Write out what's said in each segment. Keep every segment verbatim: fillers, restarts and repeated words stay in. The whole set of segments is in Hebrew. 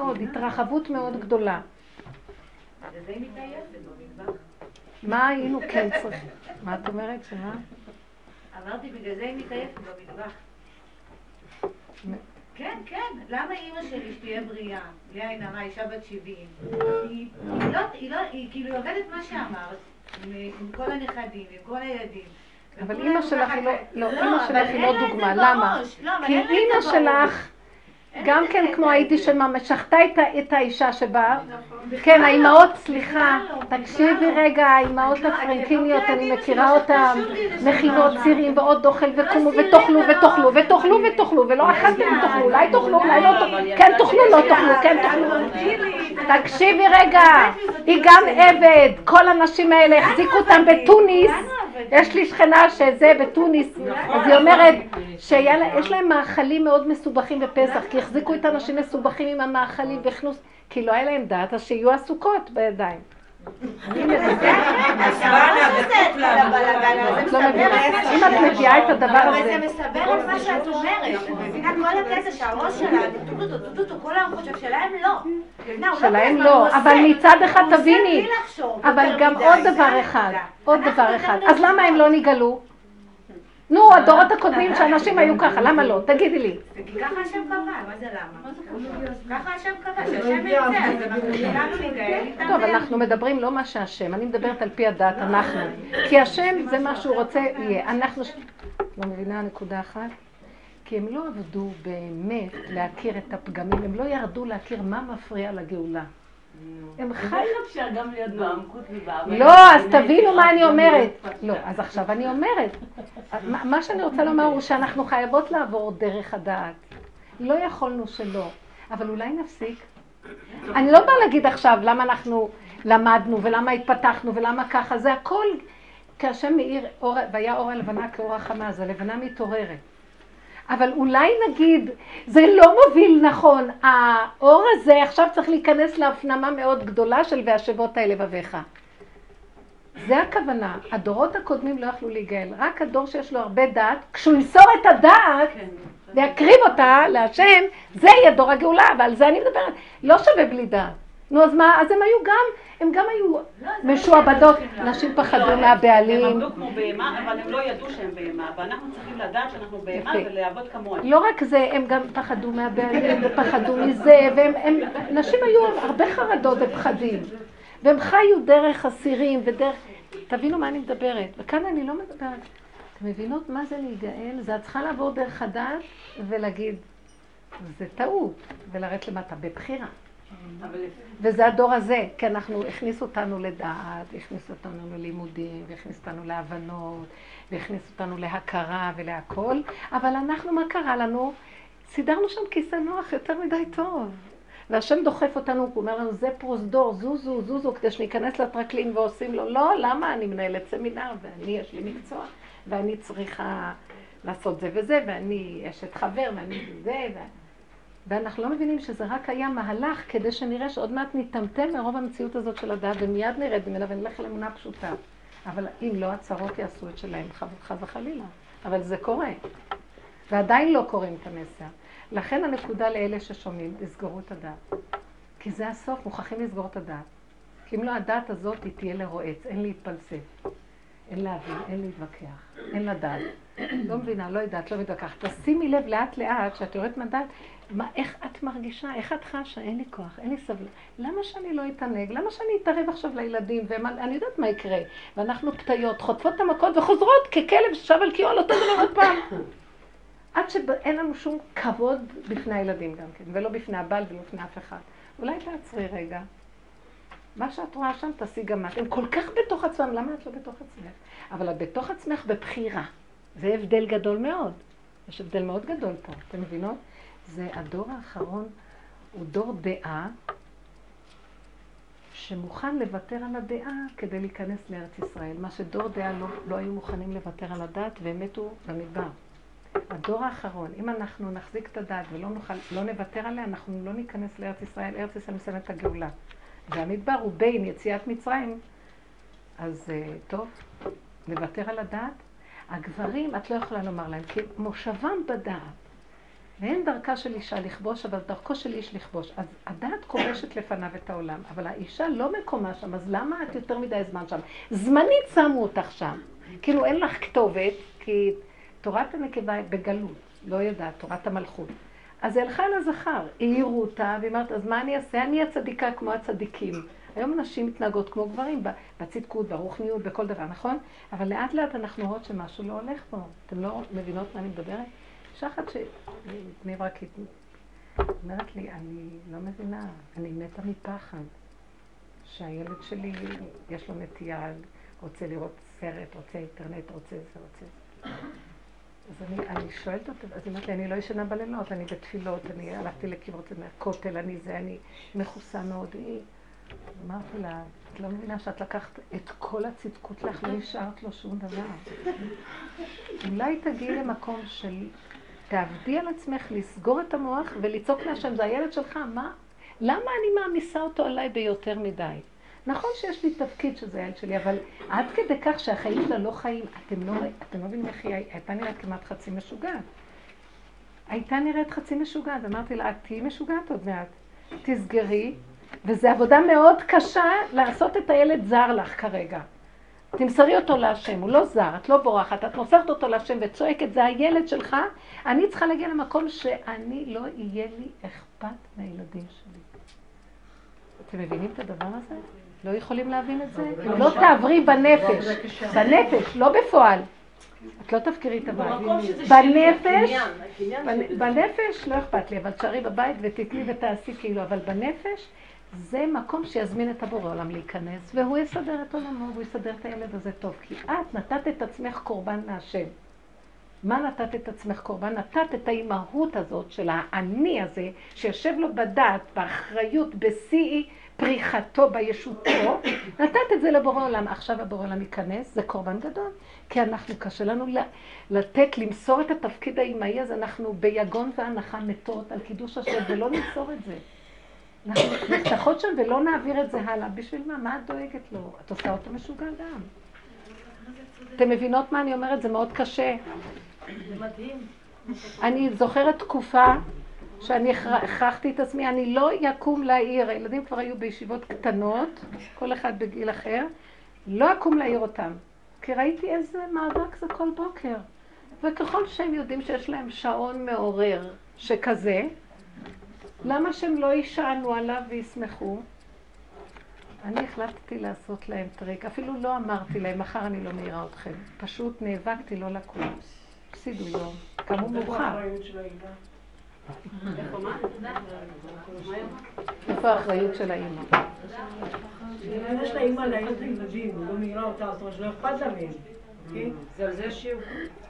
מאוד, התרחבות מאוד גדולה. זה היא מתעייפת במטבח. מה היינו כן צריכים? מה את אומרת? שמה? אמרתי, בגלל זה היא מתעייפת במטבח. כן, כן. למה אימא שלי שתהיה בריאה? בלי עין הרע, אישה בת שבעים. היא לא, היא לא, היא כאילו עובדת מה שאמרת, עם כל הנכדים, עם כל הילדים. אבל אימא שלך היא לא, לא, אימא שלך היא לא דוגמה. למה? כי אימא שלך, גם כן כמו הייתי שמה, שחטה את האישה שבאה. כן, האימהות, סליחה, תקשיבי רגע, האימהות הפרנקיניות, אני מכירה אותן, מכינות צירים ועוד אוכל וקומו ותאכלו ותאכלו ותאכלו ותאכלו ולא אכלתם ותאכלו, אולי תאכלו, אולי לא תאכלו, כן תאכלו, לא תאכלו, כן תאכלו. תקשיבי רגע, היא גם עבד, כל הנשים האלה החזיקו אותם בתוניס, יש לי שכנה שזה בתוניס, אז היא אומרת שיש להם מאכלים מאוד מסובכים בפסח, כי החזיקו את האנשים מסובכים עם המאכלים והכנוס, כי לא היה להם דעת, אז שיהיו עסוקות בידיים. אני מבינה. אם את מביאה את הדבר הזה. זה מסבר את מה שאת אומרת. מבינה כל הקטע שהראש שלה, טוטוטו, טוטוטו, כל היום חושב שלהם לא. שלהם לא, אבל מצד אחד תביני. אבל גם עוד דבר אחד, עוד דבר אחד. אז למה הם לא נגלו? נו, הדורות הקודמים שאנשים היו ככה, למה לא? תגידי לי. כי ככה השם קבע, מה זה למה? ככה השם קבע, שהשם יצא, אז אנחנו כולנו נגאל איתם. טוב, אנחנו מדברים לא מה שהשם, אני מדברת על פי הדעת, אנחנו. כי השם זה מה שהוא רוצה, יהיה. אנחנו... לא מבינה נקודה אחת? כי הם לא עבדו באמת להכיר את הפגמים, הם לא ירדו להכיר מה מפריע לגאולה. הם חיו... גם ליד בעמקות ובעבודה. לא, אז תבינו מה אני אומרת. לא, אז עכשיו אני אומרת. מה שאני רוצה לומר הוא שאנחנו חייבות לעבור דרך הדעת. לא יכולנו שלא, אבל אולי נפסיק. אני לא באה להגיד עכשיו למה אנחנו למדנו ולמה התפתחנו ולמה ככה. זה הכל כשהשם מאיר, והיה אור הלבנה כאור החמה, אז הלבנה מתעוררת. אבל אולי נגיד, זה לא מוביל נכון, האור הזה עכשיו צריך להיכנס להפנמה מאוד גדולה של והשבות האלה לבביך. זה הכוונה, הדורות הקודמים לא יכלו להיגאל, רק הדור שיש לו הרבה דעת, כשהוא ימסור את הדעת, להקריב אותה להשם, זה יהיה דור הגאולה, ועל זה אני מדברת, לא שווה בלי דעת. נו, אז מה, אז הם היו גם, הם גם היו משועבדות, נשים פחדו מהבעלים. הם עבדו כמו בהמה, אבל הם לא ידעו שהם בהמה, ואנחנו צריכים לדעת שאנחנו בהמה ולעבוד כמוהם. לא רק זה, הם גם פחדו מהבעלים ופחדו מזה, והם, נשים היו הרבה חרדות ופחדים, והם חיו דרך אסירים ודרך, תבינו מה אני מדברת, וכאן אני לא מדברת. אתם מבינות מה זה להיגאל? זה את צריכה לעבור דרך הדעת ולהגיד, זה טעות, ולרדת למטה בבחירה. וזה הדור הזה, כי אנחנו הכניסו אותנו לדעת, הכניסו אותנו ללימודים, והכניסו אותנו להבנות, והכניסו אותנו להכרה ולהכל, אבל אנחנו, מה קרה לנו? סידרנו שם כיסא נוח יותר מדי טוב. והשם דוחף אותנו, הוא אומר לנו, זה פרוזדור, זוזו, זוזו, כדי שניכנס לטרקלין ועושים לו, לא, למה? אני מנהלת סמינר, ואני, יש לי מקצוע, ואני צריכה לעשות זה וזה, ואני אשת חבר, ואני זה, ואני... ואנחנו לא מבינים שזה רק היה מהלך כדי שנראה שעוד מעט נתמתם מרוב המציאות הזאת של הדעת ומיד נרד ממנה ונלך לאמונה פשוטה. אבל אם לא, הצרות יעשו את שלהם, חס וחלילה. אבל זה קורה. ועדיין לא קוראים את המסר. לכן הנקודה לאלה ששומעים, לסגרו את הדעת. כי זה הסוף, מוכרחים לסגור את הדעת. כי אם לא, הדעת הזאת היא תהיה לרועץ, אין להתפלסף. אין להבין, אין להתווכח, אין לדעת. לא מבינה, לא יודעת, לא מתווכחת. תשימי לב לאט לאט, שאת יורדת מהדעת, מה, איך את מרגישה, איך את חשה, אין לי כוח, אין לי סבלנות. למה שאני לא אתענג? למה שאני אתערב עכשיו לילדים? ואני יודעת מה יקרה. ואנחנו פתיות, חוטפות את המכות וחוזרות ככלב ששב על קיאו על אותו דבר עוד פעם. עד שאין לנו שום כבוד בפני הילדים גם כן, ולא בפני הבעל ולא בפני אף אחד. אולי תעצרי רגע. מה שאת רואה שם תעשי גם את. הם כל כך בתוך עצמם, למה את לא בתוך עצמך? אבל את בתוך עצמך בבחירה. זה הבדל גדול מאוד. יש הבדל מאוד גדול פה, אתם מבינות? זה הדור האחרון, הוא דור דעה, שמוכן לוותר על הדעה כדי להיכנס לארץ ישראל. מה שדור דעה לא, לא היו מוכנים לוותר על הדעת והם מתו במדבר. הדור האחרון, אם אנחנו נחזיק את הדעת ולא נוכל, לא נוותר עליה, אנחנו לא ניכנס לארץ ישראל. ארץ ישראל מסיימת את הגאולה. והמדבר הוא בין יציאת מצרים, אז טוב, נוותר על הדעת. הגברים, את לא יכולה לומר להם, כי מושבם בדעת. ואין דרכה של אישה לכבוש, אבל דרכו של איש לכבוש. אז הדעת כובשת לפניו את העולם, אבל האישה לא מקומה שם, אז למה את יותר מדי זמן שם? זמנית שמו אותך שם. כאילו אין לך כתובת, כי תורת הנקבה היא בגלות, לא יודעת, תורת המלכות. אז היא הלכה לזכר, העירו אותה, והיא אומרת, אז מה אני אעשה? אני הצדיקה כמו הצדיקים. היום נשים מתנהגות כמו גברים, בצדקות, ברוחניות, בכל דבר, נכון? אבל לאט לאט אנחנו רואות שמשהו לא הולך פה. אתם לא מבינות מה אני מדברת? אישה אחת שבני ברקית אומרת לי, אני לא מבינה, אני מתה מפחד. שהילד שלי, יש לו נטייה, רוצה לראות סרט, רוצה אינטרנט, רוצה זה, רוצה זה. אז אני, אני שואלת אותה, אז היא אומרת לי, אני לא ישנה בלילות, אני בתפילות, אני הלכתי לקברות כותל, אני זה, אני מכוסה מאוד. היא, אמרתי לה, את לא מבינה שאת לקחת את כל הצדקות לך, לא השארת לו שום דבר. אולי תגיעי למקום של, תעבדי על עצמך, לסגור את המוח ולצעוק להשם, זה הילד שלך, מה? למה אני מעמיסה אותו עליי ביותר מדי? נכון שיש לי תפקיד שזה הילד שלי, אבל עד כדי כך שהחיים שלה לא חיים, אתם לא, אתם לא מבינים איך היא הייתה נראית כמעט חצי משוגעת. הייתה נראית חצי משוגעת, אמרתי לה, את תהיי משוגעת עוד מעט, תסגרי, וזו עבודה מאוד קשה לעשות את הילד זר לך כרגע. תמסרי אותו להשם, הוא לא זר, את לא בורחת, את מוסרת אותו להשם וצועקת, זה הילד שלך, אני צריכה להגיע למקום שאני לא יהיה לי אכפת מהילדים שלי. אתם מבינים את הדבר הזה? לא יכולים להבין את זה? לא תעברי בנפש, בנפש, לא בפועל. את לא תפקירי את הבית. בנפש, בנפש לא אכפת לי, אבל תשארי בבית ותתני ותעשי כאילו, אבל בנפש זה מקום שיזמין את הבורא עולם להיכנס, והוא יסדר את עולמו, והוא יסדר את הילד הזה טוב, כי את נתת את עצמך קורבן להשם. מה נתת את עצמך קורבן? נתת את האימהות הזאת של האני הזה, שיושב לו בדעת, באחריות, בשיא פריחתו, בישותו, נתת את זה לבורא עולם. עכשיו הבורא עולם ייכנס, זה קורבן גדול, כי אנחנו קשה לנו לתת, למסור את התפקיד האימהי הזה, אנחנו ביגון והנחה מתות על קידוש השם, ולא נמסור את זה. אנחנו נפתחות שם ולא נעביר את זה הלאה. בשביל מה? מה את דואגת לו? את עושה אותו משוגע גם. אתם מבינות מה אני אומרת? זה מאוד קשה. זה מדהים. אני זוכרת תקופה שאני הכרחתי את עצמי, אני לא יקום להעיר, הילדים כבר היו בישיבות קטנות, כל אחד בגיל אחר, לא יקום להעיר אותם, כי ראיתי איזה מאבק זה כל בוקר. וככל שהם יודעים שיש להם שעון מעורר שכזה, למה שהם לא יישענו עליו וישמחו? אני החלטתי לעשות להם טריק, אפילו לא אמרתי להם, מחר אני לא מעירה אתכם. פשוט נאבקתי לא לקום. הפסידו יום, קמו מאוחר. איפה האחריות של האמא? אם יש לה אימא להעיר את הילדים, הוא לא מעירה אותה, זאת אומרת שלא אכפת לה מהם. זה על זה שיעור.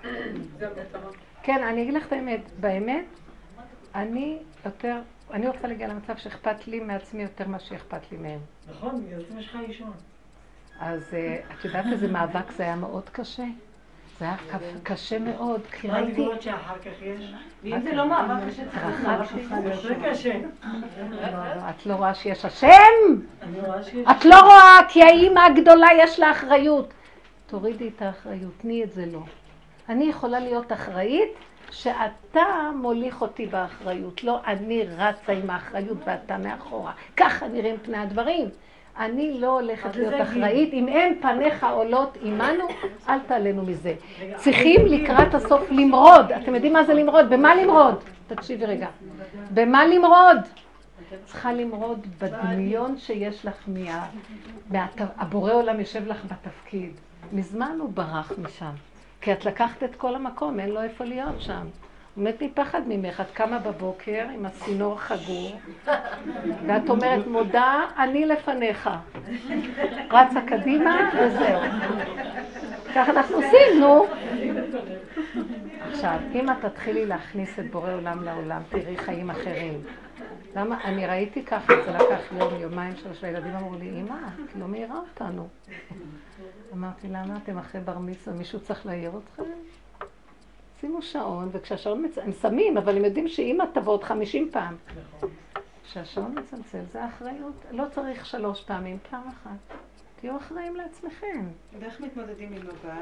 כן, אני אגיד לך את האמת. באמת, אני יותר... אני רוצה להגיע למצב שאכפת לי מעצמי יותר מה שאכפת לי מהם. נכון, בגלל זה יש לך אישון. אז את יודעת איזה מאבק זה היה מאוד קשה? זה היה קשה מאוד, כי מה ראיתי... לגבות שאחר כך יש? ואם זה לא מאבק קשה, צריך להיות מאבק אחד. זה יותר קשה. את לא רואה שיש השם? אני רואה שיש... את לא רואה, כי האמא הגדולה יש לה אחריות. תורידי את האחריות, תני את זה לא. אני יכולה להיות אחראית שאתה מוליך אותי באחריות, לא אני רצה עם האחריות ואתה מאחורה. ככה נראים פני הדברים. אני לא הולכת להיות אחראית, אם אין פניך עולות עימנו, אל תעלנו מזה. צריכים לקראת הסוף למרוד. אתם יודעים מה זה למרוד? במה למרוד? תקשיבי רגע. במה למרוד? צריכה למרוד בדמיון שיש לך מה... הבורא עולם יושב לך בתפקיד. מזמן הוא ברח משם. כי את לקחת את כל המקום, אין לו איפה להיות שם. הוא מת מפחד ממך, את קמה בבוקר עם הסינור חגור, ואת אומרת, מודה, אני לפניך. רצה קדימה, וזהו. ככה אנחנו עושים, נו. עכשיו, אם את תתחילי להכניס את בורא עולם לעולם, תראי חיים אחרים. למה? אני ראיתי ככה, זה לקח יום, יומיים שלוש, והילדים אמרו לי, אמא, את לא מעירה אותנו. אמרתי, למה אתם אחרי בר מצווה, מישהו צריך להעיר אתכם? שימו שעון, וכשהשעון מצלצל, הם שמים, אבל הם יודעים שאמא תבוא עוד חמישים פעם. כשהשעון מצלצל, זה אחריות. לא צריך שלוש פעמים, פעם אחת. תהיו אחראים לעצמכם. ואיך מתמודדים עם הבעל?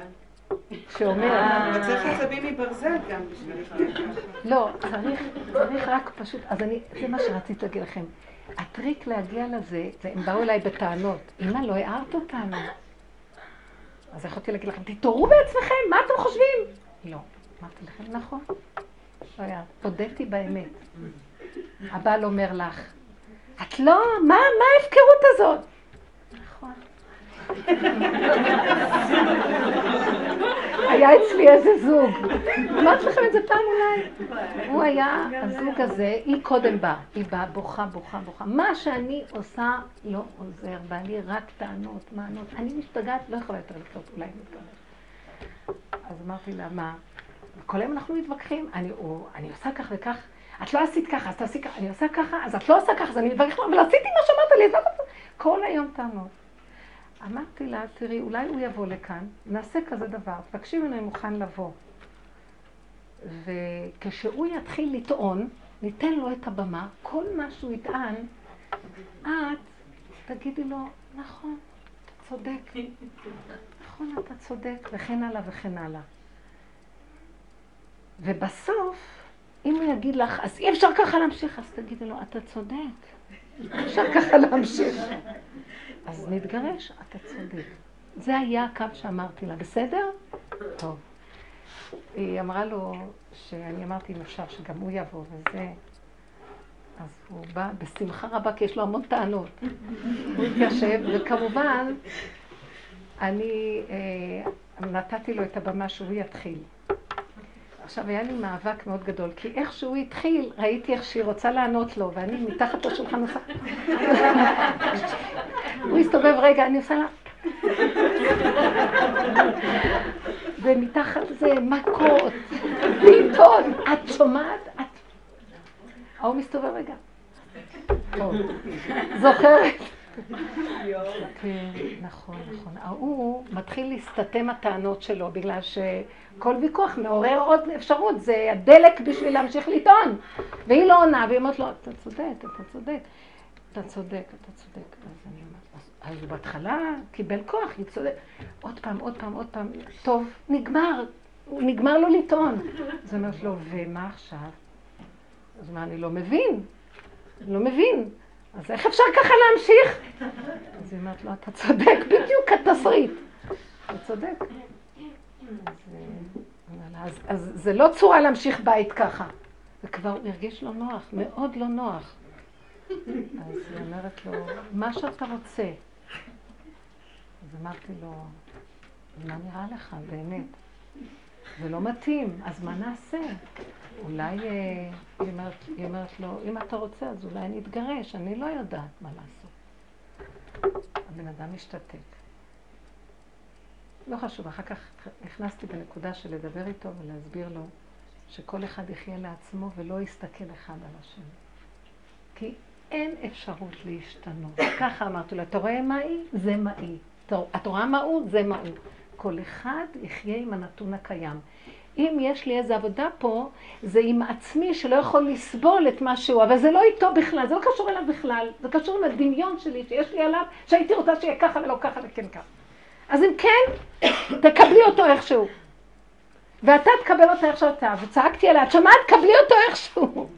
שאומר... צריך עצבים מברזל גם בשביל ככה. לא, צריך, צריך רק פשוט... אז אני, זה מה שרציתי להגיד לכם. הטריק להגיע לזה, זה הם באו אליי בטענות. אמא, לא הערת אותנו. אז יכולתי להגיד לכם, תתעוררו בעצמכם, מה אתם חושבים? לא. אמרתי לכם, נכון. לא היה, הודיתי באמת. הבעל אומר לך, את לא, מה, מה ההפקרות הזאת? נכון. היה אצלי איזה זוג. אמרתי לכם את זה פעם אולי. הוא היה, הזוג הזה, היא קודם באה. היא באה, בוכה, בוכה, בוכה. מה שאני עושה לא עוזר. בא לי רק טענות, מענות. אני משתגעת, לא יכולה יותר לקרות, אולי מתגמר. אז אמרתי לה, מה? כל היום אנחנו מתווכחים. אני, או, אני עושה כך וכך. את לא עשית ככה, אז תעשי ככה. אני עושה ככה, אז את לא עושה ככה, אז אני מתווכח. אבל עשיתי מה שאמרת לי, אז לא ככה. כל היום טענות. אמרתי לה, תראי, אולי הוא יבוא לכאן, נעשה כזה דבר, תבקשי ממנו אם מוכן לבוא. וכשהוא יתחיל לטעון, ניתן לו את הבמה, כל מה שהוא יטען, את תגידי לו, נכון, אתה צודק. נכון, אתה צודק, וכן הלאה וכן הלאה. ובסוף, אם הוא יגיד לך, אז אי אפשר ככה להמשיך, אז תגידי לו, אתה צודק. אפשר ככה להמשיך. אז נתגרש, אתה צודק. זה היה הקו שאמרתי לה, בסדר? טוב. היא אמרה לו שאני אמרתי אם אפשר שגם הוא יבוא וזה. אז הוא בא בשמחה רבה כי יש לו המון טענות. הוא התיישב וכמובן אני אה, נתתי לו את הבמה שהוא יתחיל. עכשיו היה לי מאבק מאוד גדול, כי איך שהוא התחיל, ראיתי איך שהיא רוצה לענות לו, ואני מתחת לשולחן עושה... הוא הסתובב רגע, אני עושה לה... ומתחת זה מכות, בעיתון, את שומעת? את... הוא מסתובב רגע. טוב, זוכרת? כן, נכון, נכון. הוא מתחיל להסתתם הטענות שלו, בגלל שכל ויכוח מעורר עוד אפשרות, זה הדלק בשביל להמשיך לטעון. והיא לא עונה, והיא אומרת לו, אתה צודק, אתה צודק, אתה צודק, אתה צודק. אז אני אומרת, אז הוא בהתחלה קיבל כוח, היא צודק. עוד פעם, עוד פעם, עוד פעם, טוב, נגמר, נגמר לו לטעון. אז היא אומרת לו, ומה עכשיו? אז מה, אני לא מבין, אני לא מבין. אז איך אפשר ככה להמשיך? אז היא אומרת לו, אתה צודק, בדיוק התסריט. אתה צודק. אז, אז, אז זה לא צורה להמשיך בית ככה. וכבר הוא הרגיש לו נוח, מאוד לא נוח. אז היא אומרת לו, מה שאתה רוצה. אז אמרתי לו, מה נראה לך, באמת? זה לא מתאים, אז מה נעשה? אולי, היא אומרת, היא אומרת לו, אם אתה רוצה, אז אולי נתגרש, אני לא יודעת מה לעשות. הבן אדם משתתק. לא חשוב, אחר כך נכנסתי בנקודה של לדבר איתו ולהסביר לו שכל אחד יחיה לעצמו ולא יסתכל אחד על השני. כי אין אפשרות להשתנות. ככה אמרתי לו, אתה רואה מה היא? זה מה היא. אתה רואה מה הוא? זה מה הוא. כל אחד יחיה עם הנתון הקיים. אם יש לי איזו עבודה פה, זה עם עצמי שלא יכול לסבול את מה שהוא, אבל זה לא איתו בכלל, זה לא קשור אליו בכלל, זה קשור עם הדמיון שלי שיש לי עליו, שהייתי רוצה שיהיה ככה ולא ככה וכן ככה. אז אם כן, תקבלי אותו איכשהו. ואתה תקבל אותו איכשהו אתה, וצעקתי עליה, את שומעת? תקבלי אותו איכשהו.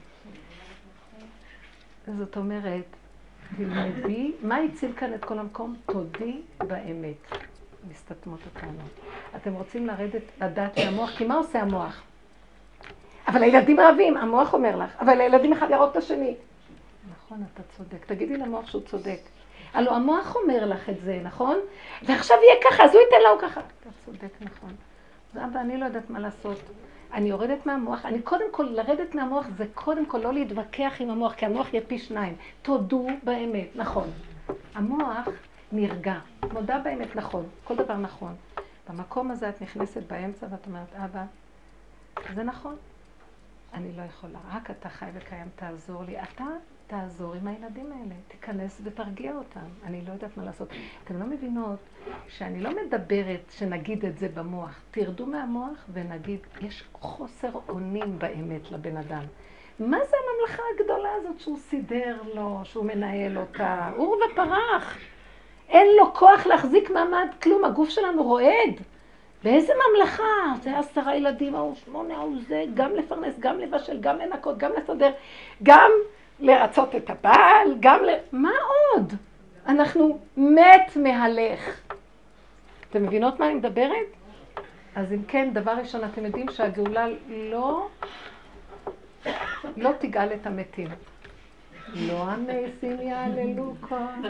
זאת אומרת, תלמדי, מה הציל כאן את כל המקום? תודי באמת. מסתתמות הטענות. אתם רוצים לרדת לדעת מהמוח, כי מה עושה המוח? אבל הילדים רבים, המוח אומר לך, אבל הילדים אחד יראות את השני. נכון, אתה צודק. תגידי למוח שהוא צודק. הלוא המוח אומר לך את זה, נכון? ועכשיו יהיה ככה, אז הוא ייתן לו ככה. אתה צודק, נכון. זה אבא, אני לא יודעת מה לעשות. אני יורדת מהמוח. אני קודם כל, לרדת מהמוח זה קודם כל לא להתווכח עם המוח, כי המוח יהיה פי שניים. תודו באמת, נכון. המוח נרגע. מודה באמת נכון, כל דבר נכון. במקום הזה את נכנסת באמצע ואת אומרת, אבא, זה נכון. אני לא יכולה, רק אתה חי וקיים, תעזור לי. אתה תעזור עם הילדים האלה, תיכנס ותרגיע אותם. אני לא יודעת מה לעשות. אתם לא מבינות שאני לא מדברת שנגיד את זה במוח. תרדו מהמוח ונגיד, יש חוסר אונים באמת לבן אדם. מה זה הממלכה הגדולה הזאת שהוא סידר לו, שהוא מנהל אותה? אור ופרח. אין לו כוח להחזיק מעמד כלום, הגוף שלנו רועד. באיזה ממלכה? זה עשרה ילדים, ההוא שמונה, ההוא זה, גם לפרנס, גם לבשל, גם לנקות, גם לסדר, גם לרצות את הבעל, גם ל... מה עוד? אנחנו מת מהלך. אתם מבינות מה אני מדברת? אז אם כן, דבר ראשון, אתם יודעים שהגאולה לא, לא תגאל את המתים. לא המסים יעללו כאן,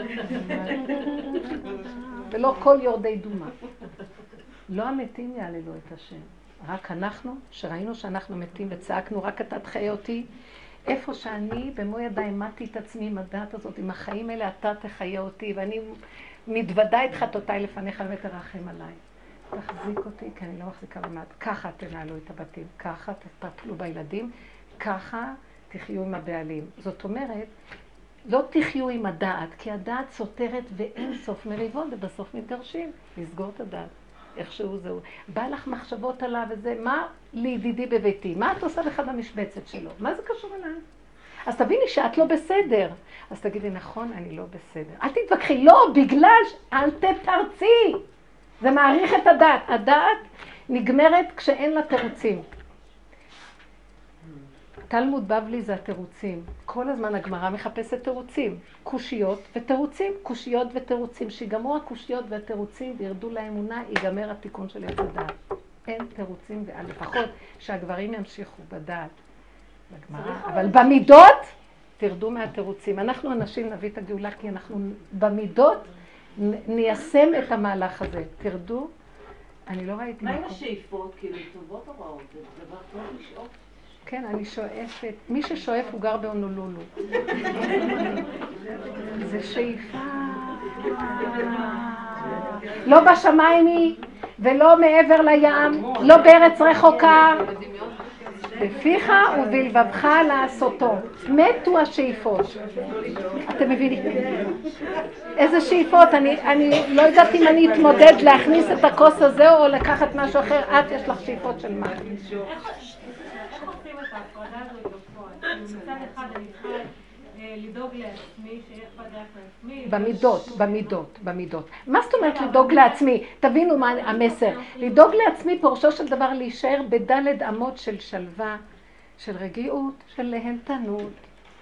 ולא כל יורדי דומה. לא המתים יעללו את השם. רק אנחנו, שראינו שאנחנו מתים וצעקנו, רק אתה תחיה אותי, איפה שאני במו ידיי מתי את עצמי עם הדעת הזאת, עם החיים האלה אתה תחיה אותי, ואני מתוודה את חטאותיי לפניך ותרחם עליי. תחזיק אותי, כי אני לא מחזיקה במעט. ככה תנהלו את הבתים, ככה תטפלו בילדים, ככה תחיו עם הבעלים. זאת אומרת, לא תחיו עם הדעת, כי הדעת סותרת ואין סוף מריבות, ובסוף מתגרשים, לסגור את הדעת. איכשהו זהו. בא לך מחשבות עליו וזה, מה לידידי בביתי? מה את עושה לך במשבצת שלו? מה זה קשור אליי? אז תביני שאת לא בסדר. אז תגידי, נכון, אני לא בסדר. אל תתווכחי, לא, בגלל, אל תתרצי. זה מעריך את הדעת. הדעת נגמרת כשאין לה תירוצים. תלמוד בבלי זה התירוצים. כל הזמן הגמרא מחפשת תירוצים. קושיות ותירוצים. קושיות ותירוצים. שיגמרו הקושיות והתירוצים וירדו לאמונה, ייגמר התיקון של עץ הדעת. אין תירוצים, לפחות שהגברים ימשיכו בדעת. בגמרא. אבל במידות תרדו מהתירוצים. אנחנו אנשים נביא את הגאולה כי אנחנו במידות ניישם את המהלך הזה. תרדו. אני לא ראיתי מה עם השאיפות? כאילו טובות או רעות? זה דבר טוב לשאוף? כן, אני שואפת. מי ששואף הוא גר בהונולולו. זה שאיפה. לא בשמיים היא, ולא מעבר לים, לא בארץ רחוקה. בפיך ובלבבך לעשותו. מתו השאיפות. אתם מבינים? איזה שאיפות? אני, אני לא יודעת אם אני אתמודד להכניס את הכוס הזה או לקחת משהו אחר. את יש לך שאיפות של מה? ההפרדה הזאת בפועל. מצד אחד אני צריכה לדאוג לעצמי, שאיך פדק לעצמי. במידות, במידות, במידות. מה זאת אומרת לדאוג לעצמי? תבינו מה המסר. לדאוג לעצמי פירושו של דבר להישאר בדלת אמות של שלווה, של רגיעות, של להנתנות,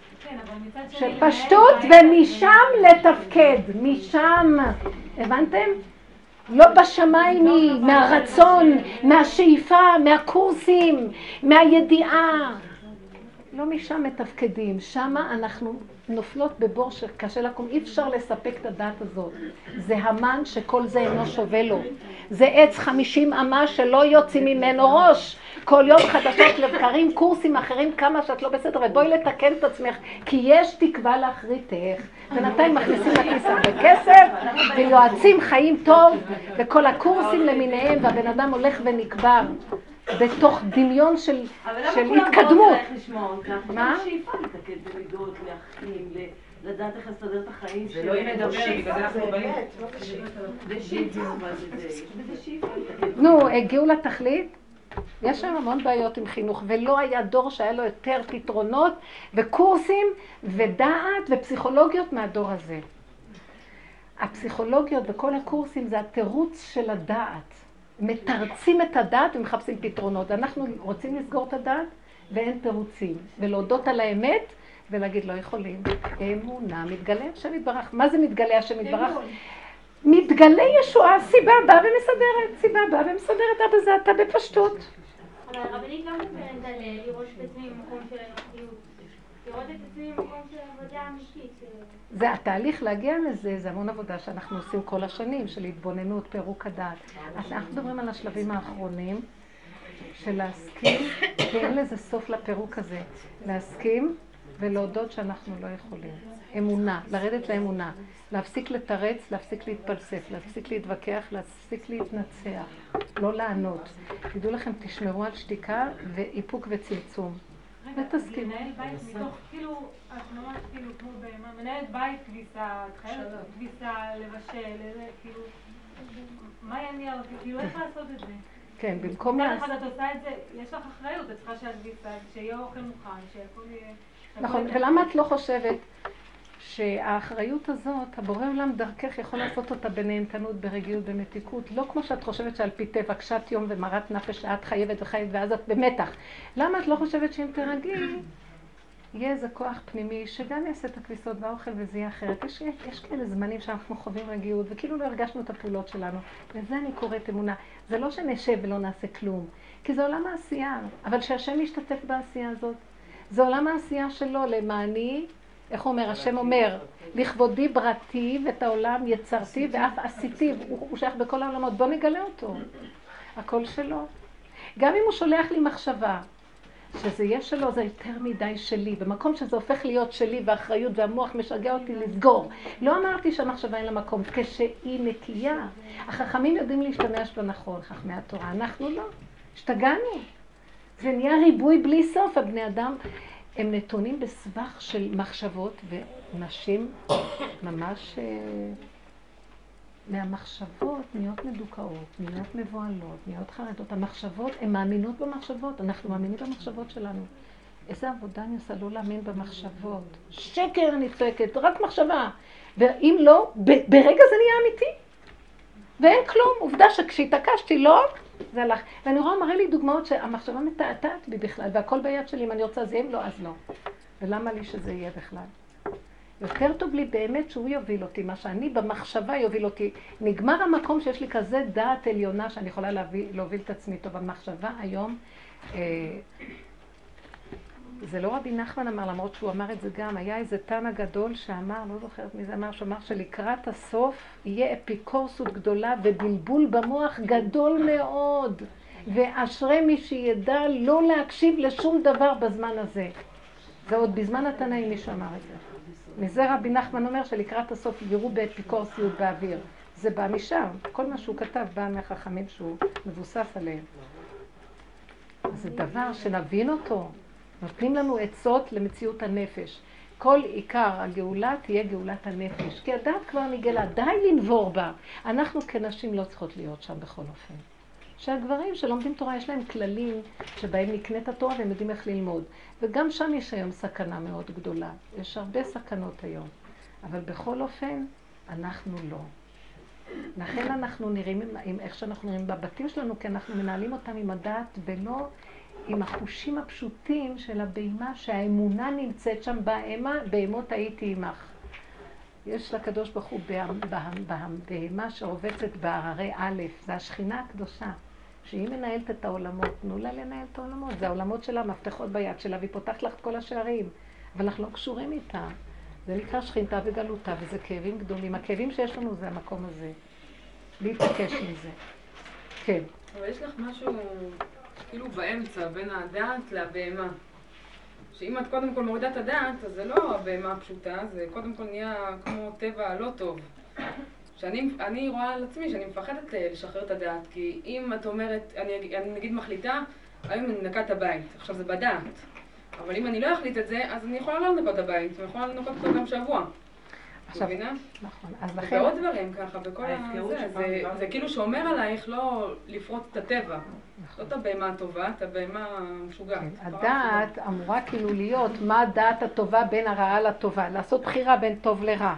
של פשטות, ומשם לתפקד, משם. הבנתם? לא בשמיים היא, מהרצון, מהשאיפה, מהקורסים, מהידיעה. לא משם מתפקדים, שם אנחנו נופלות בבור שקשה לקום, אי אפשר לספק את הדעת הזאת. זה המן שכל זה אינו שווה לו. זה עץ חמישים אמה שלא יוצאים ממנו ראש. כל יום חדשות לבקרים, קורסים אחרים, כמה שאת לא בסדר, ובואי לתקן את עצמך, כי יש תקווה לאחריתך. בינתיים מכניסים לכיס הרבה כסף, ויועצים חיים טוב, וכל הקורסים למיניהם, והבן אדם הולך ונקבר. בתוך דמיון של, של התקדמות. מה? שאיפה לתקד במידות, להחיים, לדעת איך לסדר את החיים זה לא יהיה נדושי, וזה אנחנו באים. זה שאיפה, אבל זה יש בזה שאיפה. נו, הגיעו לתכלית? יש שם המון בעיות עם חינוך, ולא היה דור שהיה לו יותר פתרונות וקורסים ודעת ופסיכולוגיות מהדור הזה. הפסיכולוגיות וכל הקורסים זה התירוץ של הדעת. מתרצים את הדעת ומחפשים פתרונות. אנחנו רוצים לסגור את הדעת ואין תירוצים. ולהודות על האמת ולהגיד לא יכולים. אמונה, מתגלה השם יתברך. מה זה מתגלה השם יתברך? מתגלה ישועה, סיבה באה ומסדרת. סיבה באה ומסדרת, אבא זה אתה בפשטות. אבל הרבנית לא מדברת על לראש את עצמי במקום של האנוכיות. לראות את עצמי במקום של עבודה אמיתית. זה התהליך להגיע לזה, זה המון עבודה שאנחנו עושים כל השנים, של התבוננות, פירוק הדעת. אנחנו מדברים על השלבים האחרונים של להסכים, ואין לזה סוף לפירוק הזה. להסכים ולהודות שאנחנו לא יכולים. אמונה, לרדת לאמונה. להפסיק לתרץ, להפסיק להתפלסף, להפסיק להתווכח, להפסיק להתנצח. לא לענות. תדעו לכם, תשמרו על שתיקה ואיפוק וצמצום. ותסכים. מנהל בית מתוך, כאילו, את ממש כאילו כמו בהמה, מנהלת בית כביסה, את חייבת כביסה לבשל, כאילו, מה יניע אותי? כאילו, איך לעשות את זה? כן, במקום מצד לעשות... אחד את עושה את זה, יש לך אחריות, את צריכה שהכביסה, שיהיה אוכל מוכן, שהכל יהיה... נכון, ולמה את לא חושבת שהאחריות הזאת, הבורא עולם דרכך יכול לעשות אותה בנהנתנות, ברגיעות, במתיקות, לא כמו שאת חושבת שעל פי טבע, קשת יום ומרת נפש, שאת חייבת וחייבת ואז את במתח. למה את לא חושבת שאם תרגי, יהיה איזה כוח פנימי שגם יעשה את הכביסות והאוכל וזה יהיה אחרת. יש, יש כאלה זמנים שאנחנו חווים רגיעות וכאילו לא הרגשנו את הפעולות שלנו. לזה אני קוראת אמונה. זה לא שנשב ולא נעשה כלום, כי זה עולם העשייה, אבל שהשם ישתתף בעשייה הזאת. זה עולם העשייה שלו, למעני, איך אומר, השם אומר, לכבודי בראתי ואת העולם יצרתי ואף עשיתי, הוא, הוא שייך בכל העולמות, בוא נגלה אותו. הכל שלו. גם אם הוא שולח לי מחשבה, שזה יהיה שלו, זה יותר מדי שלי. במקום שזה הופך להיות שלי והאחריות והמוח משגע אותי לסגור. לא אמרתי שהמחשבה אין לה מקום, כשהיא נקייה. החכמים יודעים להשתמש בנכון, חכמי התורה. אנחנו לא. השתגענו. זה נהיה ריבוי בלי סוף. הבני אדם הם נתונים בסבך של מחשבות, ונשים ממש מהמחשבות נהיות מדוכאות, נהיות מבועלות, נהיות חרדות. המחשבות, הן מאמינות במחשבות, אנחנו מאמינים במחשבות שלנו. איזה עבודה אני עושה לא להאמין במחשבות. שקר אני צועקת, רק מחשבה. ואם לא, ב- ברגע זה נהיה אמיתי. ואין כלום, עובדה שכשהתעקשתי לא, זה הלך. ואני רואה, מראה לי דוגמאות שהמחשבה מתעתעת בי בכלל, והכל ביד שלי, אם אני רוצה זה, אם לא, אז לא. ולמה לי שזה יהיה בכלל? יותר טוב לי באמת שהוא יוביל אותי, מה שאני במחשבה יוביל אותי. נגמר המקום שיש לי כזה דעת עליונה שאני יכולה להביא, להוביל את עצמי טוב במחשבה היום. אה, זה לא רבי נחמן אמר, למרות שהוא אמר את זה גם, היה איזה תנא גדול שאמר, לא זוכרת מי זה אמר, שאמר שלקראת הסוף יהיה אפיקורסות גדולה ובלבול במוח גדול מאוד. ואשרי מי שידע לא להקשיב לשום דבר בזמן הזה. זה עוד בזמן התנאים מי שאמר את זה. מזה רבי נחמן אומר שלקראת הסוף יראו באפיקורסיות באוויר. זה בא משם. כל מה שהוא כתב בא מהחכמים שהוא מבוסס עליהם. זה דבר שנבין אותו. נותנים לנו עצות למציאות הנפש. כל עיקר הגאולה תהיה גאולת הנפש. כי הדעת כבר נגלה, די לנבור בה. אנחנו כנשים לא צריכות להיות שם בכל אופן. שהגברים שלומדים תורה יש להם כללים שבהם נקנית התורה והם יודעים איך ללמוד. וגם שם יש היום סכנה מאוד גדולה. יש הרבה סכנות היום. אבל בכל אופן, אנחנו לא. לכן אנחנו נראים עם, עם איך שאנחנו נראים בבתים שלנו, כי אנחנו מנהלים אותם עם הדעת ולא עם החושים הפשוטים של הבהמה, שהאמונה נמצאת שם בהמה, בהמות הייתי עמך. יש לקדוש ברוך הוא בהמה שרובצת בהררי א', זה השכינה הקדושה, שהיא מנהלת את העולמות, תנו לה לנהל את העולמות, זה העולמות שלה, מפתחות ביד שלה, והיא פותחת לך את כל השערים, אבל אנחנו לא קשורים איתה. זה נקרא שכינתה וגלותה, וזה כאבים גדולים. הכאבים שיש לנו זה המקום הזה, להתעקש מזה. כן. אבל יש לך משהו כאילו באמצע, בין הדעת לבהמה. שאם את קודם כל מורידה את הדעת, אז זה לא הבהמה הפשוטה, זה קודם כל נהיה כמו טבע לא טוב. שאני אני רואה על עצמי שאני מפחדת לשחרר את הדעת, כי אם את אומרת, אני, אני נגיד מחליטה, היום אני נקה את הבית, עכשיו זה בדעת. אבל אם אני לא אחליט את זה, אז אני יכולה לא לנקות את הבית, אני יכולה לנקות אותו גם שבוע. עכשיו, מבינה? נכון. אז לכן... ועוד דברים ככה, בכל הזה, זה, זה כאילו שאומר עלייך לא לפרוץ את הטבע. זאת הבהמה הטובה, את הבהמה המשוגעת. הדעת אמורה כאילו להיות מה הדעת הטובה בין הרעה לטובה, לעשות בחירה בין טוב לרע.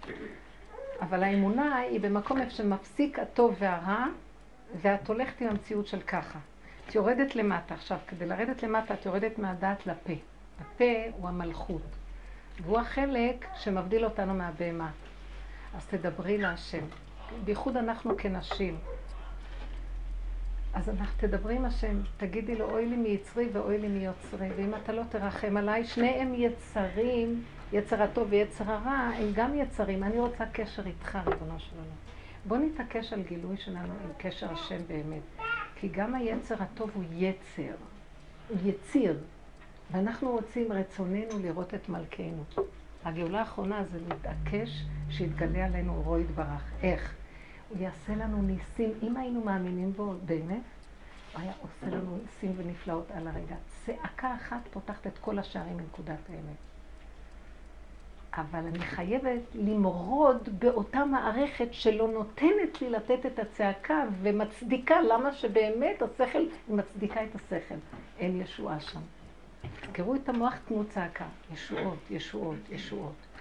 אבל האמונה היא במקום איפה שמפסיק הטוב והרע, ואת הולכת עם המציאות של ככה. את יורדת למטה. עכשיו, כדי לרדת למטה, את יורדת מהדעת לפה. הפה הוא המלכות. והוא החלק שמבדיל אותנו מהבהמה. אז תדברי להשם. בייחוד אנחנו כנשים. אז אנחנו תדברי עם השם, תגידי לו, אוי לי מיצרי ואוי לי מיוצרי. ואם אתה לא תרחם עליי, שניהם יצרים, יצר הטוב ויצר הרע, הם גם יצרים. אני רוצה קשר איתך, ריבונו שלנו. בוא נתעקש על גילוי שלנו עם קשר השם באמת. כי גם היצר הטוב הוא יצר, הוא יציר. ואנחנו רוצים רצוננו לראות את מלכנו. הגאולה האחרונה זה להתעקש שיתגלה עלינו אורו יתברך. איך? הוא יעשה לנו ניסים, אם היינו מאמינים בו באמת, הוא היה עושה לנו ניסים ונפלאות על הרגע. צעקה אחת פותחת את כל השערים מנקודת האמת. אבל אני חייבת למרוד באותה מערכת שלא נותנת לי לתת את הצעקה ומצדיקה למה שבאמת השכל מצדיקה את השכל. אין ישועה שם. תזכרו את המוח, תנו צעקה. ישועות, ישועות, ישועות.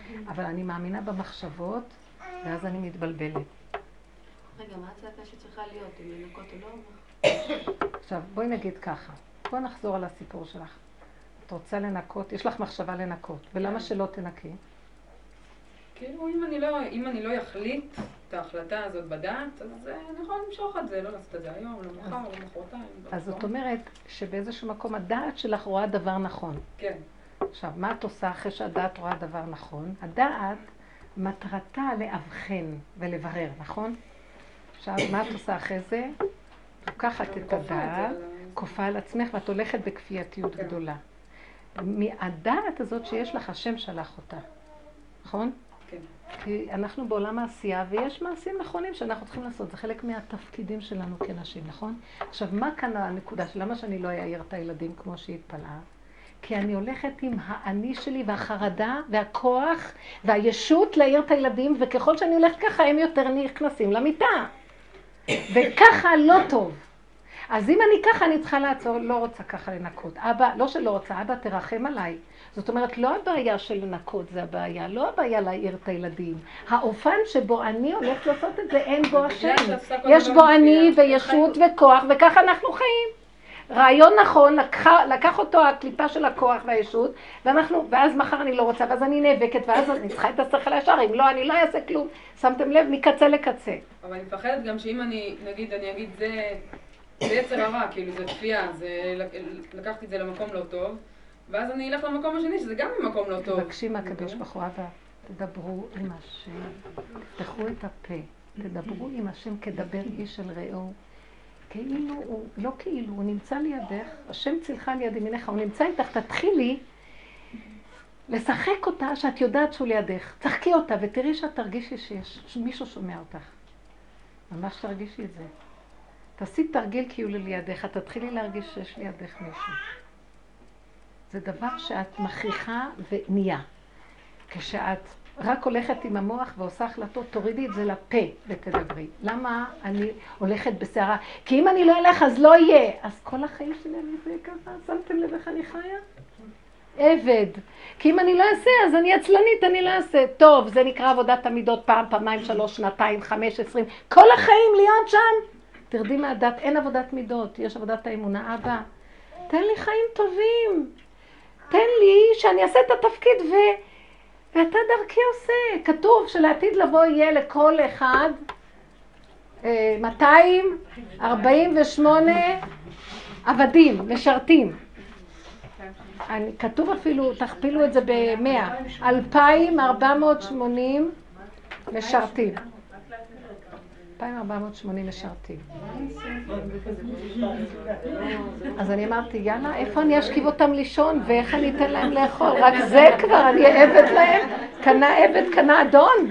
אבל אני מאמינה במחשבות, ואז אני מתבלבלת. רגע, מה הצעקה שצריכה להיות? אם לנקות או לא? עכשיו, בואי נגיד ככה. בואי נחזור על הסיפור שלך. את רוצה לנקות, יש לך מחשבה לנקות, ולמה שלא תנקי? כאילו, אם אני לא, אם אני לא אחליט את ההחלטה הזאת בדעת, אז אני יכולה למשוך את זה, לא לעשות את זה היום, לא מחר, לא מחרתיים. אז זאת אומרת שבאיזשהו מקום הדעת שלך רואה דבר נכון. כן. עכשיו, מה את עושה אחרי שהדעת רואה דבר נכון? הדעת מטרתה לאבחן ולברר, נכון? עכשיו, מה את עושה אחרי זה? לוקחת את הדעת, כופה על עצמך ואת הולכת בכפייתיות גדולה. מהדעת הזאת שיש לך, השם שלח אותה, נכון? כן. כי אנחנו בעולם העשייה ויש מעשים נכונים שאנחנו צריכים לעשות, זה חלק מהתפקידים שלנו כנשים, נכון? עכשיו, מה כאן הנקודה של למה שאני לא אעיר את הילדים כמו שהיא התפלאה? כי אני הולכת עם האני שלי והחרדה והכוח והישות להעיר את הילדים, וככל שאני הולכת ככה הם יותר נכנסים למיטה. וככה לא טוב. אז אם אני ככה אני צריכה לעצור, לא רוצה ככה לנקות. אבא, לא שלא רוצה, אבא תרחם עליי. זאת אומרת, לא הבעיה של לנקות זה הבעיה, לא הבעיה להעיר את הילדים. האופן שבו אני הולכת לעשות את זה, אין בו השם. יש בו אני וישות וכוח, וככה אנחנו חיים. רעיון נכון, לקח, לקח אותו הקליפה של הכוח והישות, ואנחנו, ואז מחר אני לא רוצה, ואז אני נאבקת, ואז אני צריכה את השכל הישר, אם לא, אני לא אעשה כלום. שמתם לב, מקצה לקצה. אבל אני מפחדת גם שאם אני, נגיד, אני אגיד, זה, זה יצר הרע, כאילו, זה תפייה, זה, לקחתי את זה למקום לא טוב, ואז אני אלך למקום השני, שזה גם ממקום לא טוב. תבקשי מהקדוש ברוך הוא, אבא, תדברו עם השם, תפתחו את הפה, תדברו עם השם כדבר איש אל רעהו. כאילו הוא, לא כאילו, הוא נמצא לידך, השם צילך על יד ימינך, הוא נמצא איתך, תתחילי לשחק אותה שאת יודעת שהוא לידך. צחקי אותה ותראי שאת תרגישי שיש, שמישהו שומע אותך. ממש תרגישי את זה. תעשי תרגיל כאילו לידך, תתחילי להרגיש שיש לידך מישהו. זה דבר שאת מכריחה ונהיה. כשאת רק הולכת עם המוח ועושה החלטות, תורידי את זה לפה ותדברי. למה אני הולכת בסערה? כי אם אני לא אלך אז לא יהיה. אז כל החיים שלי אני אעשה ככה, שמתם לב איך אני חיה? עבד. כי אם אני לא אעשה אז אני עצלנית, אני לא אעשה. טוב, זה נקרא עבודת המידות פעם, פעמיים, שלוש, שנתיים, חמש, עשרים. כל החיים להיות שם. תרדי מהדת, אין עבודת מידות, יש עבודת האמונה. אבא, תן לי חיים טובים. תן לי שאני אעשה את התפקיד ו... ואתה דרכי עושה. כתוב שלעתיד לבוא יהיה לכל אחד מאתיים ארבעים ושמונה עבדים, משרתים. אני, כתוב אפילו, תכפילו את זה במאה, אלפיים ארבע מאות שמונים משרתים. אלפיים ארבע מאות שמונים משרתים. אז אני אמרתי, יאללה, איפה אני אשכיב אותם לישון ואיך אני אתן להם לאכול? רק זה כבר, אני עבד להם, קנה עבד, קנה אדון.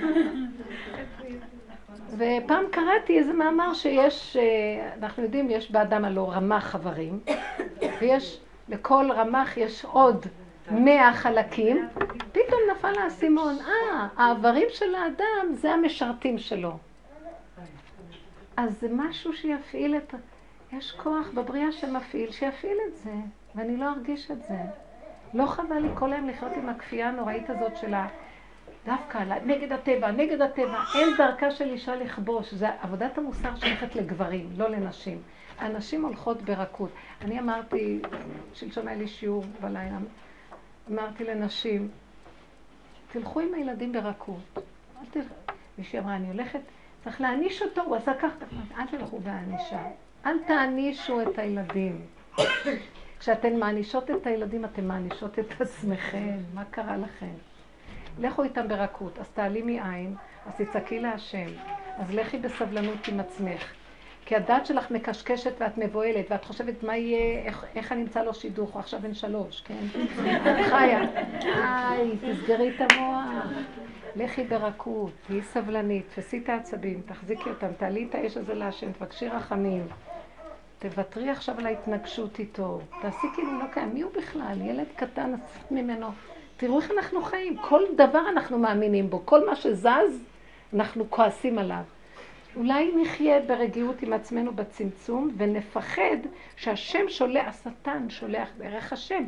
ופעם קראתי איזה מאמר שיש, אנחנו יודעים, יש באדם הלא רמ"ח חברים, ויש, לכל רמ"ח יש עוד מאה חלקים, פתאום נפל האסימון, אה, האיברים של האדם זה המשרתים שלו. אז זה משהו שיפעיל את... יש כוח בבריאה שמפעיל, שיפעיל את זה, ואני לא ארגיש את זה. לא חבל לי כל היום לחיות עם הכפייה הנוראית הזאת שלה, דווקא נגד הטבע, נגד הטבע. אין דרכה של אישה לכבוש, זה עבודת המוסר שייכת לגברים, לא לנשים. הנשים הולכות ברכות. אני אמרתי, שלשום היה לי שיעור בלילה, אמרתי לנשים, תלכו עם הילדים ברכות. מישהי אמרה, אני הולכת, צריך להעניש אותו, הוא עשה כך, אל תלכו בהענישה. אל תענישו את הילדים. כשאתן מענישות את הילדים, אתן מענישות את עצמכם. מה קרה לכם? לכו איתם ברכות, אז תעלי מעין, אז תצעקי להשם, אז לכי בסבלנות עם עצמך. כי הדת שלך מקשקשת ואת מבועלת, ואת חושבת מה יהיה, איך, איך אני אמצא לו שידוך, הוא עכשיו בן שלוש, כן? את חיה. איי, תסגרי את המוח. לכי ברכות, תהי סבלנית, תפסי את העצבים, תחזיקי אותם, תעלי את האש הזה להשם, תבקשי רחמים. תוותרי עכשיו על ההתנגשות איתו. תעשי כאילו לא קיים. מי הוא בכלל? ילד קטן, עשית ממנו. תראו איך אנחנו חיים. כל דבר אנחנו מאמינים בו. כל מה שזז, אנחנו כועסים עליו. אולי נחיה ברגיעות עם עצמנו בצמצום, ונפחד שהשם שולח, השטן שולח דרך השם.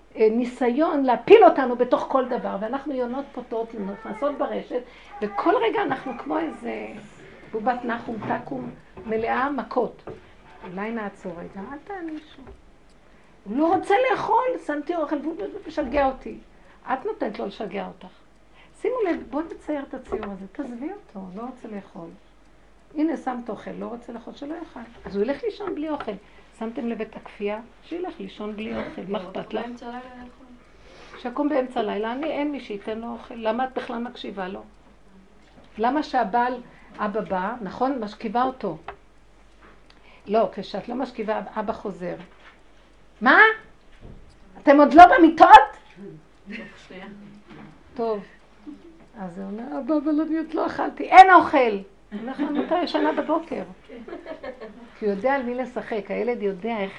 ניסיון להפיל אותנו בתוך כל דבר, ואנחנו יונות פוטות, נכנסות ברשת, וכל רגע אנחנו כמו איזה בובת נחום תקום מלאה מכות. אולי נעצור רגע, אל תענישו. הוא לא רוצה לאכול, שמתי אוכל והוא משגע אותי. את נותנת לו לשגע אותך. שימו לב, בואו נצייר את הציור הזה, תעזבי אותו, לא רוצה לאכול. הנה, שמת אוכל, לא רוצה לאכול, שלא יאכל. אז הוא ילך לישון בלי אוכל. שמתם לב את הכפייה? שילך לישון בלי אוכל, מה אכפת לך? שיקום באמצע לילה, אני אין מי שייתן לו אוכל. למה את בכלל מקשיבה לו? למה שהבעל, אבא בא, נכון, משכיבה אותו. לא, כשאת לא משכיבה, אבא חוזר. מה? אתם עוד לא במיטות? טוב. אז הוא אומר, אבא, אבל אני עוד לא אכלתי, אין אוכל. אני אומר לך, אתה ישנה בבוקר. כי הוא יודע על מי לשחק, הילד יודע איך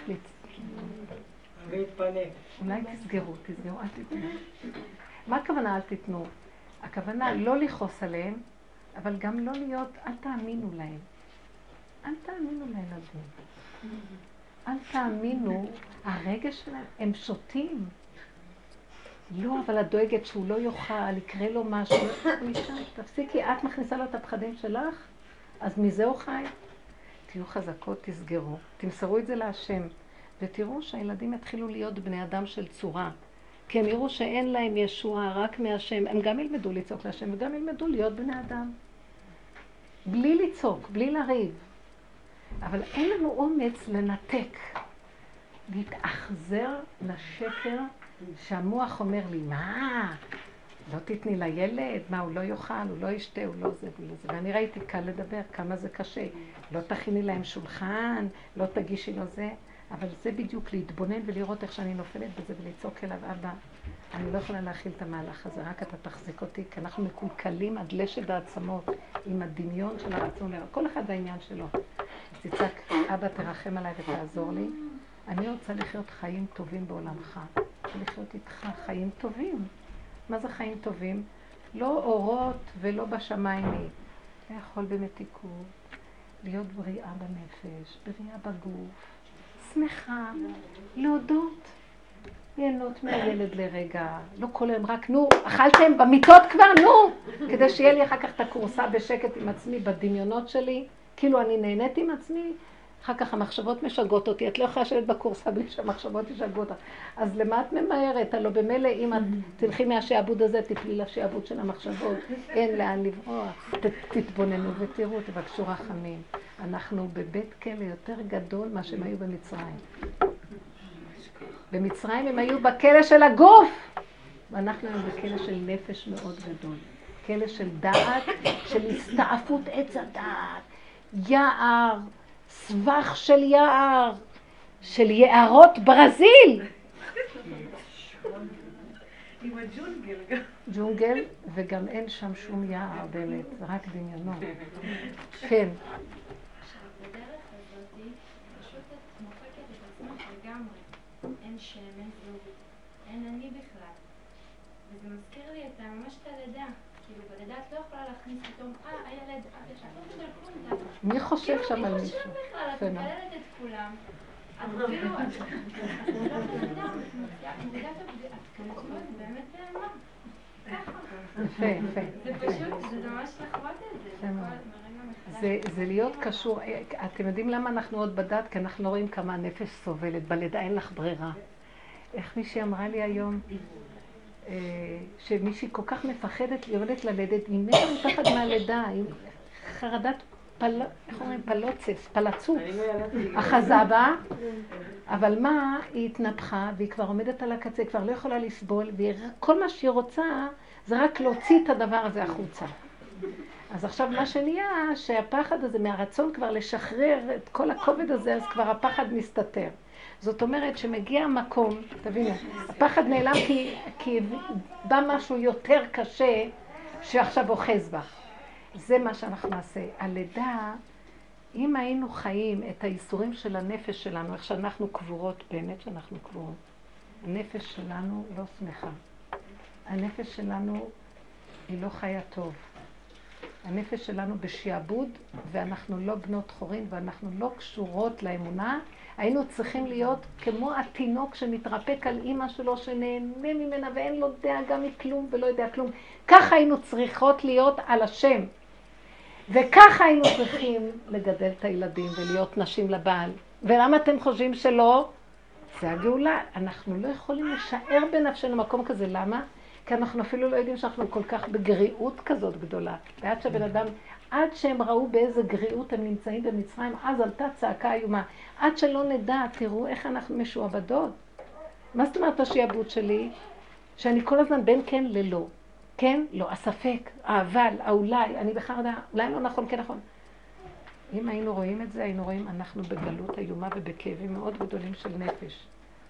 להתפנק. אולי תסגרו, תסגרו, אל תתנו. מה הכוונה אל תתנו? הכוונה לא לכעוס עליהם, אבל גם לא להיות, אל תאמינו להם. אל תאמינו לילדים. אל תאמינו, הרגש שלהם, הם שותים. לא, אבל את דואגת שהוא לא יאכל, יקרה לו משהו. תפסיקי, את מכניסה לו את הפחדים שלך, אז מזה הוא חי. תהיו חזקות, תסגרו, תמסרו את זה להשם, ותראו שהילדים יתחילו להיות בני אדם של צורה. כי הם יראו שאין להם ישוע רק מהשם, הם גם ילמדו לצעוק להשם, וגם ילמדו להיות בני אדם. בלי לצעוק, בלי לריב. אבל אין לנו אומץ לנתק, להתאכזר לשקר, שהמוח אומר לי, מה? לא תתני לילד, מה, הוא לא יאכל, הוא לא ישתה, הוא לא זה, הוא לא זה. ואני ראיתי קל לדבר, כמה זה קשה. לא תכיני להם שולחן, לא תגישי לו זה, אבל זה בדיוק להתבונן ולראות איך שאני נופלת בזה ולצעוק אליו, אבא, אני לא יכולה להכיל את המהלך הזה, רק אתה תחזיק אותי, כי אנחנו מקולקלים עד לשד העצמות עם הדמיון של הרצון, כל אחד העניין שלו. אז תצעק, אבא, תרחם עליי ותעזור לי. אני רוצה לחיות חיים טובים בעולמך, לחיות איתך חיים טובים. מה זה חיים טובים? לא אורות ולא בשמיים היא. לאכול במתיקות, להיות בריאה בנפש, בריאה בגוף, שמחה, להודות, ליהנות מהילד לרגע, לא כל היום רק, נו, אכלתם במיטות כבר, נו, כדי שיהיה לי אחר כך את הקורסה בשקט עם עצמי בדמיונות שלי, כאילו אני נהנית עם עצמי, אחר כך המחשבות משגעות אותי, את לא יכולה לשבת בקורסה בלי שהמחשבות ישגעו אותך. אז למה את ממהרת? הלוא במילא אם את תלכי מהשעבוד הזה, תפלי לשעבוד של המחשבות, אין לאן לברוח. תתבוננו ותראו, תבקשו רחמים. אנחנו בבית כלא יותר גדול מה שהם היו במצרים. במצרים הם היו בכלא של הגוף, ואנחנו היום בכלא של נפש מאוד גדול. כלא של דעת, של הסתעפות עץ הדעת, יער, סבך של יער, של יערות ברזיל. עם הג'ונגל גם. ג'ונגל, וגם אין שם שום יער באמת, זה רק דמיונות. כן. עכשיו, בדרך הזאת, פשוט את מוחקת את עצמך לגמרי. אין שם, אין זוג, אין אני בכלל. וזה מזכיר לי את ממש את הלידה. כאילו, בלידה את לא יכולה להכניס פתאום, אה, הילד, יש לך לא של כלום. מי חושב שם על מישהו? מי חושב בכלל? את מקללת את כולם. את אפילו, את לא בלידה, את מורידה את הבדיעה. את באמת מה? ככה. יפה, יפה. זה פשוט, זה ממש לחוות את זה. זה, זה להיות קשור. אתם יודעים למה אנחנו עוד בדת? כי אנחנו לא רואים כמה הנפש סובלת. בלידה אין לך ברירה. איך מישהי אמרה לי היום, שמישהי כל כך מפחדת ליולדת ללדת, היא מתה מפחד מהלידה, היא חרדת פל... איך אומרים? פלוצס, פלצות, אחזה בה, אבל מה? היא התנפחה והיא כבר עומדת על הקצה, היא כבר לא יכולה לסבול, וכל מה שהיא רוצה זה רק להוציא את הדבר הזה החוצה. אז עכשיו מה שנהיה, שהפחד הזה מהרצון כבר לשחרר את כל הכובד הזה, אז כבר הפחד מסתתר. זאת אומרת שמגיע מקום, תבינו, הפחד נעלם כי, כי בא משהו יותר קשה שעכשיו אוחז בה. זה מה שאנחנו נעשה. הלידה, אם היינו חיים את האיסורים של הנפש שלנו, איך שאנחנו קבורות, באמת שאנחנו קבורות, הנפש שלנו לא שמחה. הנפש שלנו היא לא חיה טוב. הנפש שלנו בשעבוד, ואנחנו לא בנות חורין, ואנחנו לא קשורות לאמונה. היינו צריכים להיות כמו התינוק שמתרפק על אימא שלו, שנהנה ממנה ואין לו דאגה מכלום ולא יודע כלום. ככה היינו צריכות להיות על השם. וככה היינו צריכים לגדל את הילדים ולהיות נשים לבעל. ולמה אתם חושבים שלא? זה הגאולה. אנחנו לא יכולים לשער בנפשנו מקום כזה. למה? כי אנחנו אפילו לא יודעים שאנחנו כל כך בגריעות כזאת גדולה. ועד שהבן אדם, עד שהם ראו באיזה גריעות הם נמצאים במצרים, אז עלתה צעקה איומה. עד שלא נדע, תראו איך אנחנו משועבדות. מה זאת אומרת השעבוד שלי? שאני כל הזמן בין כן ללא. כן? לא. הספק, האבל, האולי, אני בחרדה, אולי לא נכון, כן נכון. אם היינו רואים את זה, היינו רואים, אנחנו בגלות איומה ובכאבים מאוד גדולים של נפש.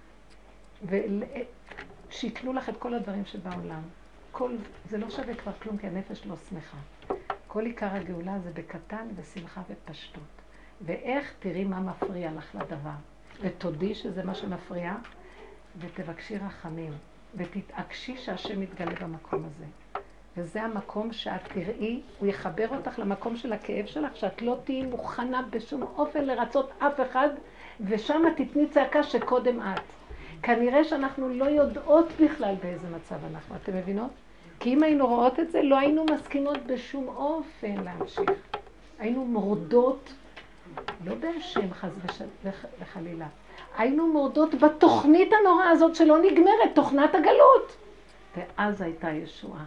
ושיתנו לך את כל הדברים שבעולם. כל, זה לא שווה כבר כלום, כי הנפש לא שמחה. כל עיקר הגאולה זה בקטן ושמחה ופשטות. ואיך תראי מה מפריע לך לדבר. ותודי שזה מה שמפריע, ותבקשי רחמים. ותתעקשי שהשם יתגלה במקום הזה. וזה המקום שאת תראי, הוא יחבר אותך למקום של הכאב שלך, שאת לא תהיי מוכנה בשום אופן לרצות אף אחד, ושם תתני צעקה שקודם את. כנראה שאנחנו לא יודעות בכלל באיזה מצב אנחנו, אתם מבינות? כי אם היינו רואות את זה, לא היינו מסכימות בשום אופן להמשיך. היינו מורדות, לא בהשם חס וחלילה, היינו מורדות בתוכנית הנוראה הזאת שלא נגמרת, תוכנת הגלות. ואז הייתה ישועה.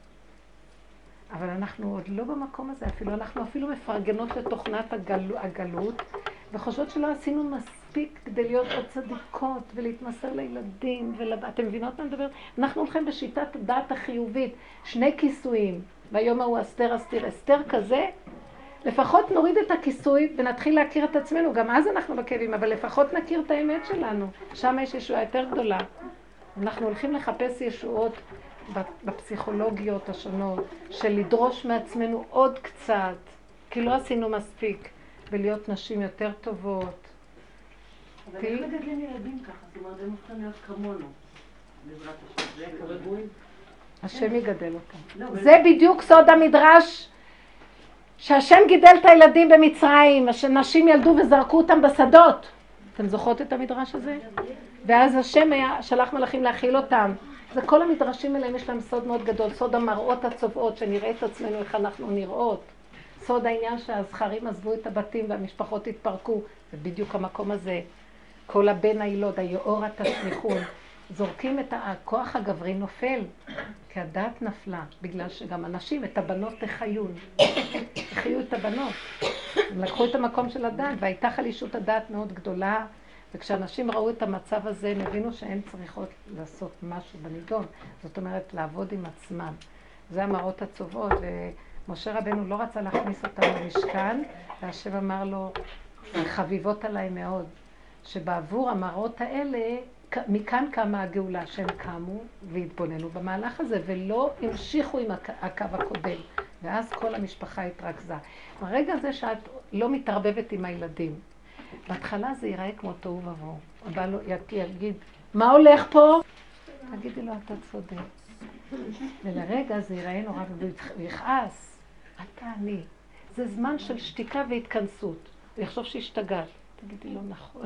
אבל אנחנו עוד לא במקום הזה, אפילו אנחנו אפילו מפרגנות לתוכנת הגל... הגלות, וחושבות שלא עשינו מספיק כדי להיות עוד צדיקות ולהתמסר לילדים. ול... אתם מבינות מה מדבר? אנחנו הולכים בשיטת הדעת החיובית, שני כיסויים, והיום הוא אסתר אסתיר, אסתר כזה, לפחות נוריד את הכיסוי ונתחיל להכיר את עצמנו, גם אז אנחנו בכאבים, אבל לפחות נכיר את האמת שלנו, שם יש ישועה יותר גדולה. אנחנו הולכים לחפש ישועות בפסיכולוגיות השונות, של לדרוש מעצמנו עוד קצת, כי לא עשינו מספיק, ולהיות נשים יותר טובות. אבל איך מגדלים ילדים ככה? זאת אומרת, הם הופכים להיות כמונו, בעזרת השם, זה כרגועים. השם יגדל אותם. זה בדיוק סוד המדרש, שהשם גידל את הילדים במצרים, שנשים ילדו וזרקו אותם בשדות. אתם זוכרות את המדרש הזה? ואז השם היה, שלח מלאכים להכיל אותם. זה כל המדרשים האלה, יש להם סוד מאוד גדול, סוד המראות הצובעות, שנראה את עצמנו איך אנחנו נראות. סוד העניין שהזכרים עזבו את הבתים והמשפחות התפרקו. זה בדיוק המקום הזה. כל הבן הילוד, היאורה תשליכון. זורקים את הכוח הגברי נופל, כי הדעת נפלה, בגלל שגם אנשים, את הבנות תחיון. תחיו את הבנות. הם לקחו את המקום של הדעת, והייתה חלישות הדעת מאוד גדולה, וכשאנשים ראו את המצב הזה, הם הבינו שהן צריכות לעשות משהו בנידון. זאת אומרת, לעבוד עם עצמם. זה המראות הצובעות, ומשה רבנו לא רצה להכניס אותם למשכן, והשם אמר לו, חביבות עליי מאוד, שבעבור המראות האלה, מכאן קמה הגאולה, שהם קמו והתבוננו במהלך הזה, ולא המשיכו עם הקו הקודם. ואז כל המשפחה התרכזה. ברגע הזה שאת לא מתערבבת עם הילדים, בהתחלה זה ייראה כמו תוהו ובוהו. הבעל יגיד, מה הולך פה? תגידי לו, אתה צודק. ולרגע זה ייראה נורא ויכעס. אל תעני. זה זמן של שתיקה והתכנסות. הוא יחשוב שהשתגעת. תגידי לו, נכון.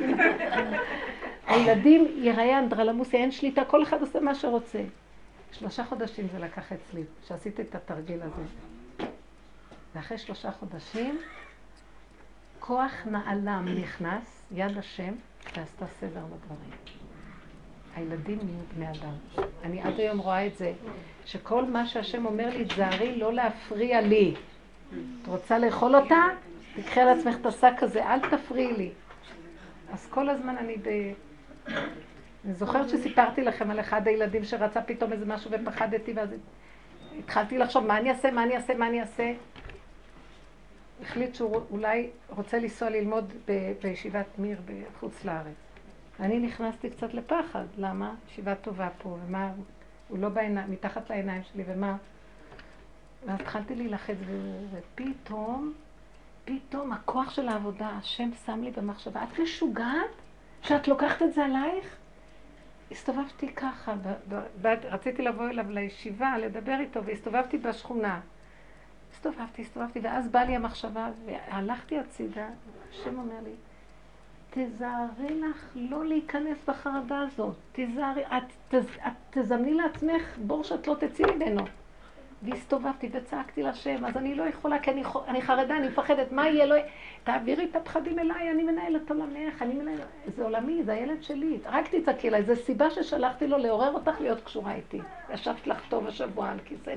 הילדים ייראה אנדרלמוסיה, אין שליטה, כל אחד עושה מה שרוצה. שלושה חודשים זה לקח אצלי, שעשיתי את התרגיל הזה. ואחרי שלושה חודשים, כוח נעלם נכנס, יד השם, ועשתה סדר בדברים. הילדים נהיו בני אדם. אני עד היום רואה את זה, שכל מה שהשם אומר לי, תזהרי לא להפריע לי. את רוצה לאכול אותה? תקחי על עצמך את השק הזה, אל תפריעי לי. אז כל הזמן אני ב... אני זוכרת שסיפרתי לכם על אחד הילדים שרצה פתאום איזה משהו ופחדתי, ואז התחלתי לחשוב מה אני אעשה, מה אני אעשה, מה אני אעשה. החליט שהוא אולי רוצה לנסוע ללמוד ב- בישיבת מיר בחוץ לארץ. אני נכנסתי קצת לפחד, למה? ישיבה טובה פה, ומה? הוא לא בעיניים, מתחת לעיניים שלי, ומה? ואז התחלתי להילחץ, ופתאום, פתאום הכוח של העבודה, השם שם לי במחשבה, את משוגעת? שאת לוקחת את זה עלייך? הסתובבתי ככה, ב- ב- רציתי לבוא אליו לישיבה, לדבר איתו, והסתובבתי בשכונה. הסתובבתי, הסתובבתי, ואז בא לי המחשבה, והלכתי הצידה, השם אומר לי, תזהרי לך לא להיכנס בחרדה הזאת, תזהרי, את, תז, את תזמני לעצמך בור שאת לא תצאי ממנו. והסתובבתי וצעקתי לשם, אז אני לא יכולה, כי אני, אני חרדה, אני מפחדת, מה יהיה? לא... תעבירי את הפחדים אליי, אני מנהלת עולמך, אני מנהלת... זה עולמי, זה הילד שלי, רק תצעקי אליי, זו סיבה ששלחתי לו לעורר אותך להיות קשורה איתי. ישבת לך טוב השבוע על כיסא.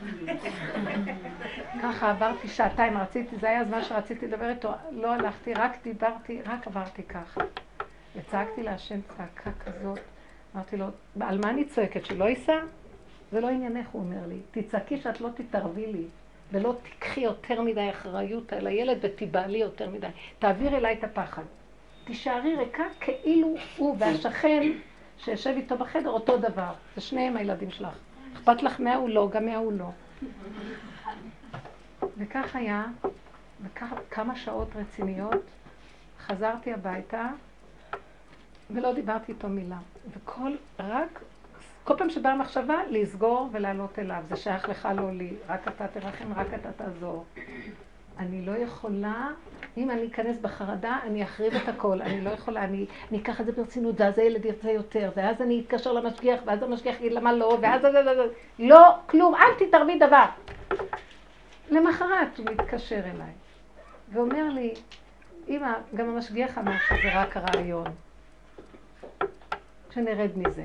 ככה עברתי שעתיים, רציתי, זה היה הזמן שרציתי לדבר איתו, לא הלכתי, רק דיברתי, רק עברתי ככה. וצעקתי להשם צעקה כזאת, אמרתי לו, על מה אני צועקת? שלא ייסע? זה לא עניינך, הוא אומר לי. תצעקי שאת לא תתערבי לי, ולא תיקחי יותר מדי אחריות על הילד ותיבעלי יותר מדי. תעביר אליי את הפחד. תישארי ריקה כאילו הוא והשכן שישב איתו בחדר אותו דבר. זה שניהם הילדים שלך. אכפת לך מה הוא לא, גם מה הוא לא. וכך היה, וכמה שעות רציניות, חזרתי הביתה, ולא דיברתי איתו מילה. וכל, רק... כל פעם שבאה מחשבה, לסגור ולעלות אליו. זה שייך לך, לא לי. רק אתה תרחם, רק אתה תעזור. אני לא יכולה, אם אני אכנס בחרדה, אני אחריב את הכל. אני לא יכולה, אני, אני אקח את זה ברצינות, ואז הילד ירצה יותר, ואז אני אתקשר למשגיח, ואז המשגיח יגיד למה לא, ואז... לא, כלום, אל תתערבי דבר. למחרת הוא מתקשר אליי, ואומר לי, אמא, גם המשגיח אמר שזה רק הרעיון. שנרד מזה.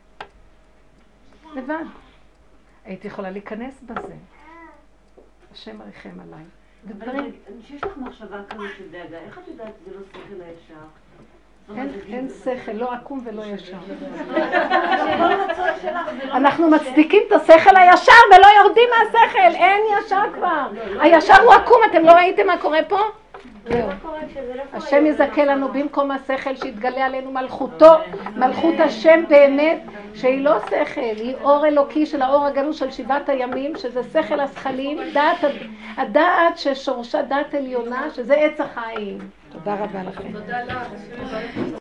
לבד. הייתי יכולה להיכנס בזה. השם מריחם עליי. ודברים... שיש לך מחשבה כזאת של דאגה, איך את יודעת שזה לא שכל הישר? אין שכל, לא עקום ולא ישר. אנחנו מצדיקים את השכל הישר ולא יורדים מהשכל, אין ישר כבר. הישר הוא עקום, אתם לא ראיתם מה קורה פה? השם יזכה לנו במקום השכל שיתגלה עלינו מלכותו, מלכות השם באמת, שהיא לא שכל, היא אור אלוקי של האור הגנוז של שבעת הימים, שזה שכל השכלים, דעת, הדעת ששורשה דעת עליונה, שזה עץ החיים. תודה רבה לכם. תודה לך.